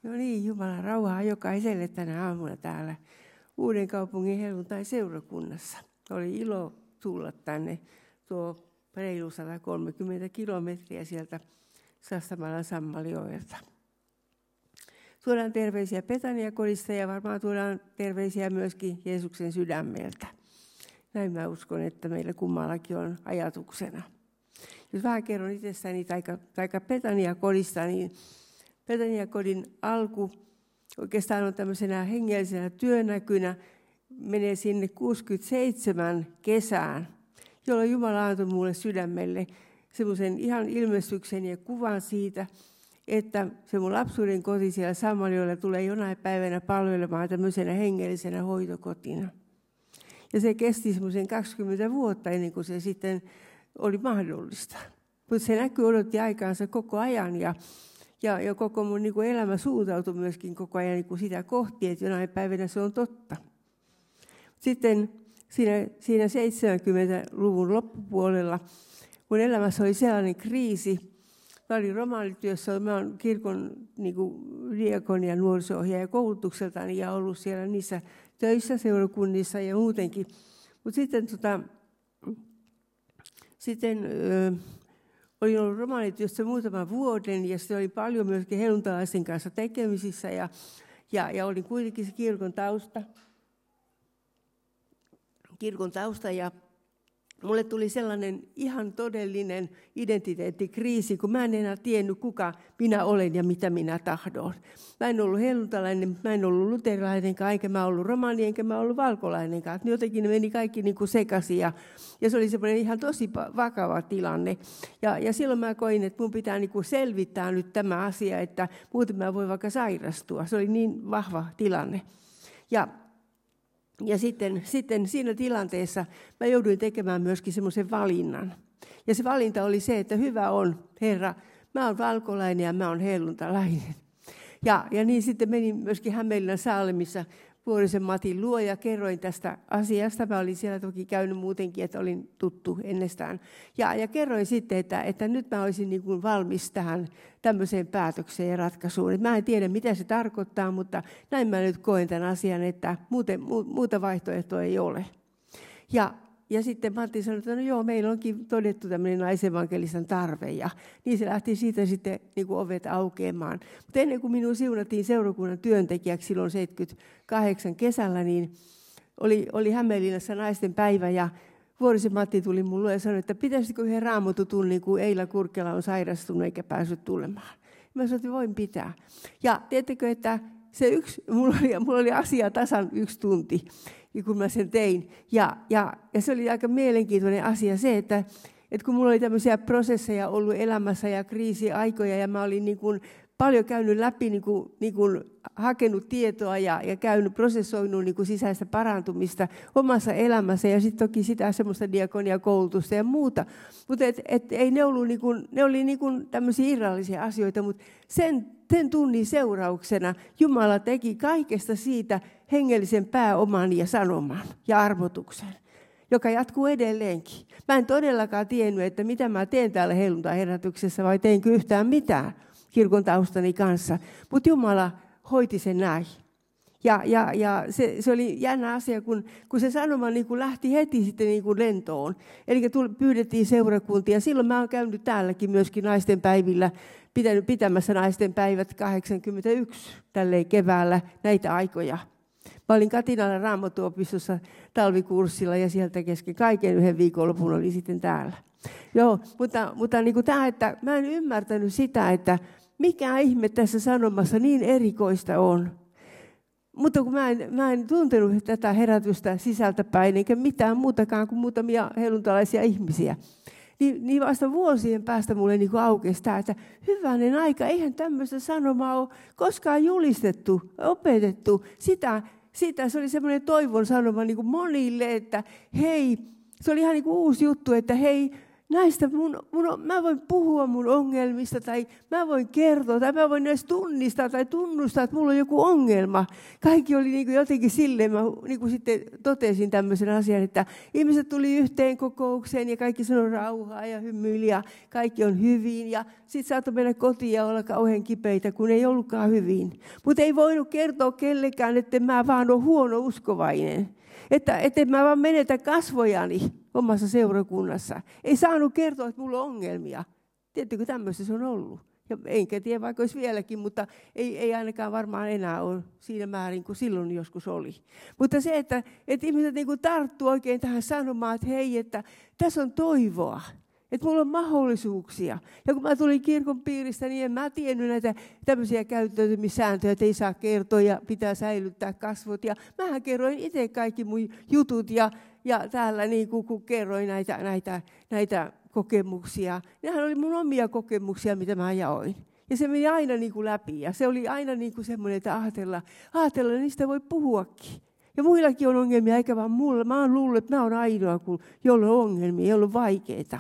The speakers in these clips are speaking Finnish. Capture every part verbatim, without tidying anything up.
No niin, Jumalan rauhaa jokaiselle tänä aamuna täällä Uudenkaupungin helluntai-seurakunnassa. Oli ilo tulla tänne tuo reilu sata kolmekymmentä kilometriä sieltä Sastamalan Sammalioelta. Tuodaan terveisiä Betania-kodista ja varmaan tuodaan terveisiä myöskin Jeesuksen sydämeltä. Näin mä uskon, että meillä kummallakin on ajatuksena. Jos vähän kerron itsestäni taika, taika Betania-kodista, niin Betania-kodin alku oikeastaan on tämmöisenä hengellisenä työnäkynä, menee sinne kuusikymmentäseitsemän kesään, jolloin Jumala antoi mulle sydämelle semmoisen ihan ilmestyksen ja kuvan siitä, että se mun lapsuuden koti siellä Sammaliolla tulee jonain päivänä palvelemaan tämmöisenä hengellisenä hoitokotina. Ja se kesti semmoisen kaksikymmentä vuotta ennen kuin se sitten oli mahdollista. Mutta se näkyy odotti aikaansa koko ajan ja, ja, ja koko mun niin kuin elämä suuntautui myöskin koko ajan niin kuin sitä kohti, että jonain päivänä se on totta. Sitten siinä, siinä seitsemänkymmentäluvun loppupuolella mun elämässä oli sellainen kriisi. Mä olin romaanityössä, mä olen kirkon niin kuin diakonia nuoriso-ohjaaja koulutukseltani ja ollut siellä niissä töissä seurakunnissa ja muutenkin. Mutta sitten, tota, sitten ö, olin ollut romaanityössä muutaman vuoden ja sitten olin paljon myöskin helluntalaisten kanssa tekemisissä ja, ja, ja olin kuitenkin se kirkon tausta. Kirkon tausta ja mulle tuli sellainen ihan todellinen identiteettikriisi, kun mä en enää tiennyt, kuka minä olen ja mitä minä tahdon. Mä en ollut helluntalainen, mä en ollut luterilainenkaan, enkä mä ollut romani, enkä mä ollut valkolainenkaan. Jotenkin ne meni kaikki niin kuin sekaisin ja, ja se oli semmoinen ihan tosi vakava tilanne. Ja, ja silloin mä koin, että mun pitää niin kuin selvittää nyt tämä asia, että muuten mä voin vaikka sairastua. Se oli niin vahva tilanne. Ja Ja sitten, sitten siinä tilanteessa mä jouduin tekemään myöskin semmoisen valinnan. Ja se valinta oli se, että hyvä on, Herra, mä oon valkolainen ja mä oon helluntalainen. Ja, ja niin sitten menin myöskin Hämeenlinnan Saalemissa Vuorisen Matin luo ja kerroin tästä asiasta. Mä olin siellä toki käynyt muutenkin, että olin tuttu ennestään. Ja, ja kerroin sitten, että, että nyt mä olisin niin kuin valmis tähän tämmöiseen päätökseen ja ratkaisuun. Et mä en tiedä, mitä se tarkoittaa, mutta näin mä nyt koen tämän asian, että muuten, mu, muuta vaihtoehtoa ei ole. Ja, ja sitten Matti sanoi, että no joo, meillä onkin todettu tämmöinen naisevankelistan tarve. Ja niin se lähti siitä sitten niin kuin ovet aukeamaan. Mutta ennen kuin minun siunattiin seurakunnan työntekijäksi silloin seitsemänkymmentäkahdeksan kesällä, niin oli, oli Hämeenlinnassa naisten päivä ja Vuorisen Matti tuli mulle ja sanoi, että pitäisikö yhden raamatutunnin, kun Eila Kurkela on sairastunut eikä päässyt tulemaan. Mä sanoin, että voin pitää. Ja tiedättekö, että se yksi, mulla oli, mulla oli asia tasan yksi tunti, kun mä sen tein. Ja, ja, ja se oli aika mielenkiintoinen asia se, että, että kun mulla oli tämmöisiä prosesseja ollut elämässä ja kriisiaikoja ja mä olin niin kuin paljon käynyt läpi, niin kuin, niin kuin hakenut tietoa ja, ja käynyt, prosessoinut niin kuin sisäistä parantumista omassa elämässä ja sitten toki sitä semmoista diakoniakoulutusta ja muuta. Mutta et, et, ei ne ollut niin kuin, ne oli niin kuin tämmöisiä irrallisia asioita, mutta sen, sen tunnin seurauksena Jumala teki kaikesta siitä hengellisen pääoman ja sanoman ja arvotuksen, joka jatkuu edelleenkin. Mä en todellakaan tiennyt, että mitä mä teen täällä helluntai-herätyksessä vai teinkö yhtään mitään kirkon taustani kanssa. Mutta Jumala hoiti sen näin. Ja, ja, ja se, se oli jännä asia, kun, kun se sanoma niin kun lähti heti sitten niin kun lentoon. Eli pyydettiin seurakuntia. Silloin mä oon käynyt täälläkin myöskin naisten päivillä, pitänyt pitämässä naisten päivät kahdeksankymmentäyksi tälleen keväällä näitä aikoja. Mä olin Katinalla Raamattuopistossa talvikurssilla ja sieltä kesken kaiken yhden viikonlopun oli sitten täällä. Joo, mutta, mutta niin kuin tämä, että mä en ymmärtänyt sitä, että mikä ihme tässä sanomassa niin erikoista on. Mutta kun mä en, mä en tuntenut tätä herätystä sisältäpäin, eikä mitään muutakaan kuin muutamia helluntalaisia ihmisiä, niin, niin vasta vuosien päästä mulle niin kuin aukesi tämä, että hyvänen aika, eihän tämmöistä sanomaa ole koskaan julistettu, opetettu. Sitä, sitä se oli semmoinen toivon sanoma niin kuin monille, että hei, se oli ihan niin kuin uusi juttu, että hei, näistä mun, mun, mä voin puhua mun ongelmista tai mä voin kertoa tai mä voin edes tunnistaa tai tunnustaa, että mulla on joku ongelma. Kaikki oli niin kuin jotenkin silleen, mä niin kuin sitten totesin tämmöisen asian, että ihmiset tuli yhteen kokoukseen ja kaikki sanoi rauhaa ja hymyili ja kaikki on hyvin. Ja sitten saattoi mennä kotiin ja olla kauhean kipeitä, kun ei ollutkaan hyvin. Mutta ei voinut kertoa kellekään, että mä vaan olen huono uskovainen. Että, että mä vaan menetä kasvojani omassa seurakunnassa. Ei saanut kertoa, että mulla on ongelmia. Tiedättekö, tämmöistä se on ollut. Ja enkä tiedä, vaikka olisi vieläkin, mutta ei, ei ainakaan varmaan enää ole siinä määrin kuin silloin joskus oli. Mutta se, että, että ihmiset niin kuin tarttuu oikein tähän sanomaan, että hei, että tässä on toivoa. Että mulla on mahdollisuuksia. Ja kun mä tulin kirkon piiristä, niin en mä tiennyt näitä tämmöisiä käyttäytymissääntöjä, että ei saa kertoa ja pitää säilyttää kasvot. Ja mähän kerroin itse kaikki mun jutut ja, ja täällä niin kun, kun kerroin näitä, näitä, näitä kokemuksia. Nehän oli mun omia kokemuksia, mitä mä jaoin. Ja se meni aina niin kuin läpi. Ja se oli aina niin kuin semmoinen, että ajatella, ajatella, niistä voi puhuakin. Ja muillakin on ongelmia, eikä vaan mulla. Mä oon luullut, että mä oon ainoa, jolla on ongelmia, jolla on vaikeita.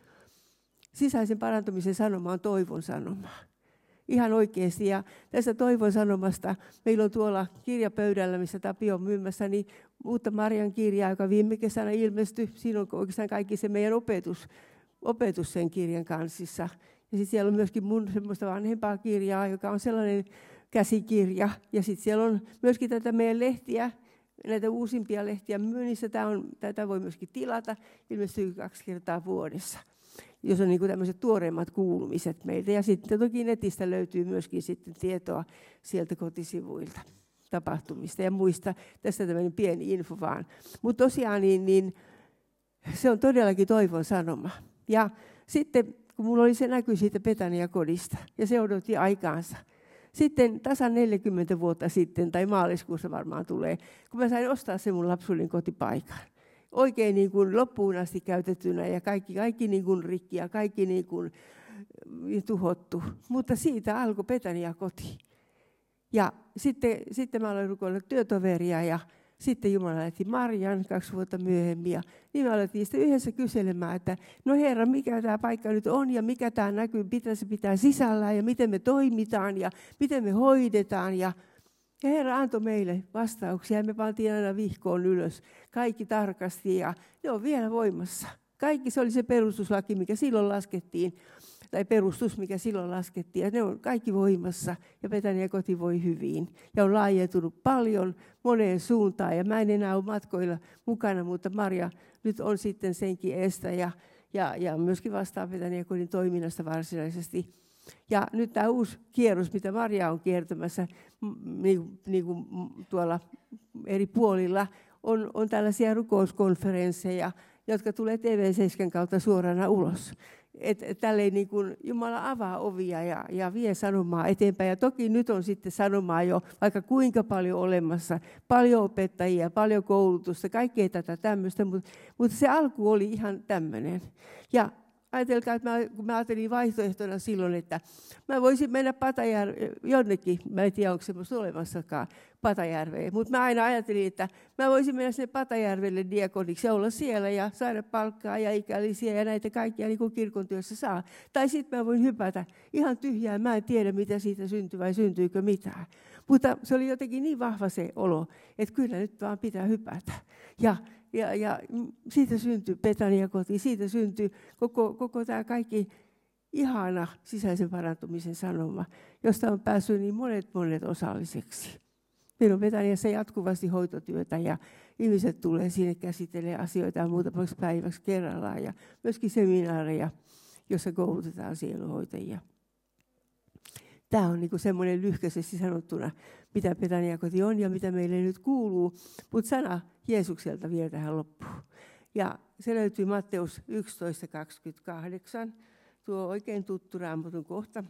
Sisäisen parantumisen sanoma on toivon sanoma. Ihan oikeasti. Ja tästä toivon sanomasta meillä on tuolla kirjapöydällä, missä Tapio on myymässä, niin uutta Marian kirjaa, joka viime kesänä ilmestyi. Siinä on oikeastaan kaikki se meidän opetus, opetus sen kirjan kanssissa. Ja sitten siellä on myöskin mun semmoista vanhempaa kirjaa, joka on sellainen käsikirja. Ja sitten siellä on myöskin tätä meidän lehtiä, näitä uusimpia lehtiä myynnissä. Tämä on, tätä voi myöskin tilata, ilmestyy kaksi kertaa vuodessa. Jos on niin kuin tämmöiset tuoreimmat kuulumiset meiltä. Ja sitten toki netistä löytyy myöskin sitten tietoa sieltä kotisivuilta tapahtumista ja muista. Tästä tämmöinen pieni info vaan. Mutta tosiaan niin, niin se on todellakin toivon sanoma. Ja sitten kun mulla oli se näky siitä Betania-kodista ja se odotti aikaansa. Sitten tasan neljäkymmentä vuotta sitten, tai maaliskuussa varmaan tulee, kun mä sain ostaa sen mun lapsuuden kotipaikan. Oikein niin kuin loppuun asti käytettynä ja kaikki, kaikki niin kuin rikki ja kaikki niin kuin tuhottu. Mutta siitä alkoi Betania-koti. Ja sitten, sitten mä aloin rukoilla työtoveria ja sitten Jumala lähti Marian kaksi vuotta myöhemmin. Ja niin me alettiin sitten yhdessä kyselemään, että no Herra, mikä tämä paikka nyt on ja mikä tämä näkyy, mitä se pitää sisällään ja miten me toimitaan ja miten me hoidetaan. Ja Ja Herra antoi meille vastauksia ja me pantiin aina vihkoon ylös. Kaikki tarkasti ja ne on vielä voimassa. Kaikki se oli se perustuslaki, mikä silloin laskettiin, tai perustus, mikä silloin laskettiin. Ja ne on kaikki voimassa ja Betania-koti voi hyvin. Ja on laajentunut paljon moneen suuntaan ja mä en enää ole matkoilla mukana, mutta Maria nyt on sitten senkin estä ja, ja, ja myöskin vastaa Betania-kodin toiminnasta varsinaisesti. Ja nyt tämä uusi kierros, mitä Maria on kiertämässä niin, niin kuin tuolla eri puolilla, on, on tällaisia rukouskonferensseja, jotka tulee T V seitsemän kautta suorana ulos. Et, et tälleen niin kuin Jumala avaa ovia ja, ja vie sanomaa eteenpäin. Ja toki nyt on sitten sanomaa jo vaikka kuinka paljon olemassa. Paljon opettajia, paljon koulutusta, kaikkea tätä tämmöistä, mutta, mutta se alku oli ihan tämmöinen. Ja ajatelkaa, että mä, kun mä ajattelin vaihtoehtona silloin, että mä voisin mennä Patajärveen jonnekin, mä en tiedä, onko semmoista olemassakaan Patajärveen, mutta mä aina ajattelin, että mä voisin mennä sinne Patajärvelle diakoniksi ja olla siellä ja saada palkkaa ja ikällisiä ja näitä kaikkia niin kuin kirkon työssä saa. Tai sitten mä voin hypätä ihan tyhjään, mä en tiedä, mitä siitä syntyy vai syntyykö mitään. Mutta se oli jotenkin niin vahva se olo, että kyllä nyt vaan pitää hypätä. Ja Ja, ja siitä syntyy Betania-koti, siitä syntyy koko, koko tämä kaikki ihana sisäisen parantumisen sanoma, josta on päässyt niin monet monet osalliseksi. Meillä on Betaniassa jatkuvasti hoitotyötä ja ihmiset tulee sinne käsittelemään asioita muutamaksi päiväksi kerrallaan ja myöskin seminaareja, jossa koulutetaan sieluhoitajia. Tämä on niin semmoinen lyhkäisesti sanottuna, mitä Betania-koti on ja mitä meille nyt kuuluu, mutta sana Jeesukselta vielä tähän loppuun. Ja se löytyy Matteus yksitoista kaksikymmentäkahdeksan, tuo oikein tuttu Raamatun kohta.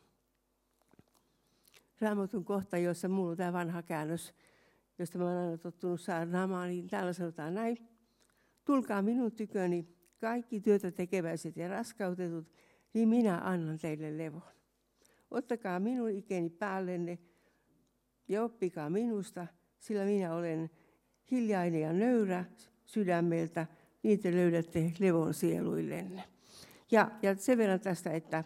Raamatun kohta, jossa minulla on tämä vanha käännös, josta olen aina tottunut saarnaamaan, niin täällä sanotaan näin. Tulkaa minun tyköni kaikki työtä tekeväiset ja raskautetut, niin minä annan teille levon. Ottakaa minun ikeni päällenne ja oppikaa minusta, sillä minä olen hiljainen ja nöyrä sydämeltä, niin te löydätte levon sieluillenne. Ja, ja sen verran tästä, että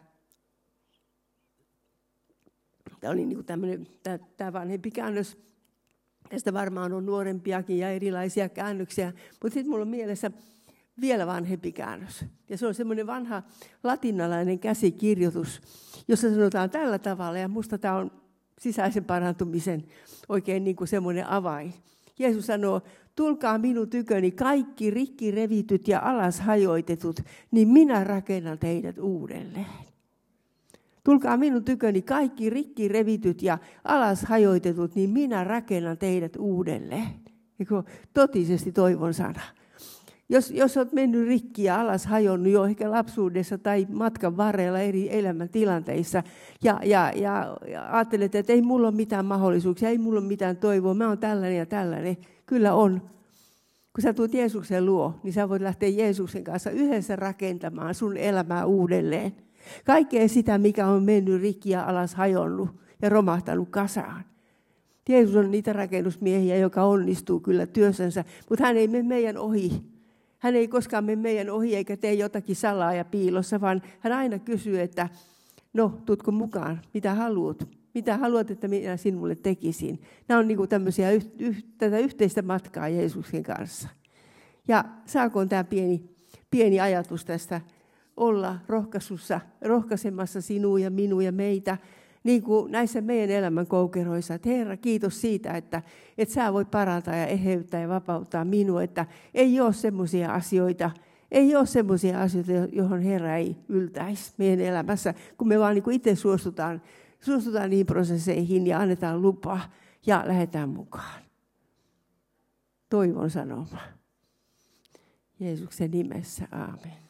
tämä oli niin tämmöinen, tämä, tämä vanhempi käännös. Tästä varmaan on nuorempiakin ja erilaisia käännöksiä, mutta sitten mulla on mielessä vielä vanhempi käännös. Ja se on semmoinen vanha latinalainen käsikirjoitus, jossa sanotaan tällä tavalla, ja musta tämä on sisäisen parantumisen oikein niin kuin semmoinen avain. Jeesus sanoo, tulkaa minun tyköni kaikki rikki revityt ja alas hajoitetut, niin minä rakennan teidät uudelleen. Tulkaa minun tyköni kaikki rikki revityt ja alas hajoitetut, niin minä rakennan teidät uudelleen. Eikö totisesti toivon sana? Jos, jos olet mennyt rikki ja alas hajonnut jo ehkä lapsuudessa tai matkan varrella eri elämäntilanteissa ja, ja, ja, ja ajattelet, että ei mulla ole mitään mahdollisuuksia, ei mulla ole mitään toivoa, mä oon tällainen ja tällainen. Kyllä on. Kun sä tulet Jeesuksen luo, niin sä voit lähteä Jeesuksen kanssa yhdessä rakentamaan sun elämää uudelleen. Kaikkea sitä, mikä on mennyt rikki ja alas hajonnut ja romahtanut kasaan. Jeesus on niitä rakennusmiehiä, joka onnistuu kyllä työssänsä, mutta hän ei mene meidän ohi. Hän ei koskaan mene meidän ohi eikä tee jotakin salaa ja piilossa, vaan hän aina kysyy, että no, tutko mukaan, mitä haluat? Mitä haluat, että minä sinulle tekisin? Nämä on niin kuin tämmöisiä yh, yh, tätä yhteistä matkaa Jeesuksen kanssa. Ja saakoon tämä pieni, pieni ajatus tästä olla rohkaisussa, rohkaisemassa sinua ja minua ja meitä, niin kuin näissä meidän elämän koukeroissa. Että Herra, kiitos siitä, että, että sä voit parantaa ja eheyttää ja vapauttaa minua, että ei ole semmoisia asioita, ei ole semmoisia asioita, johon Herra ei yltäisi meidän elämässä, kun me vaan niin kuin itse suostutaan, suostutaan niihin prosesseihin ja annetaan lupa ja lähdetään mukaan. Toivon sanoma. Jeesuksen nimessä, aamen.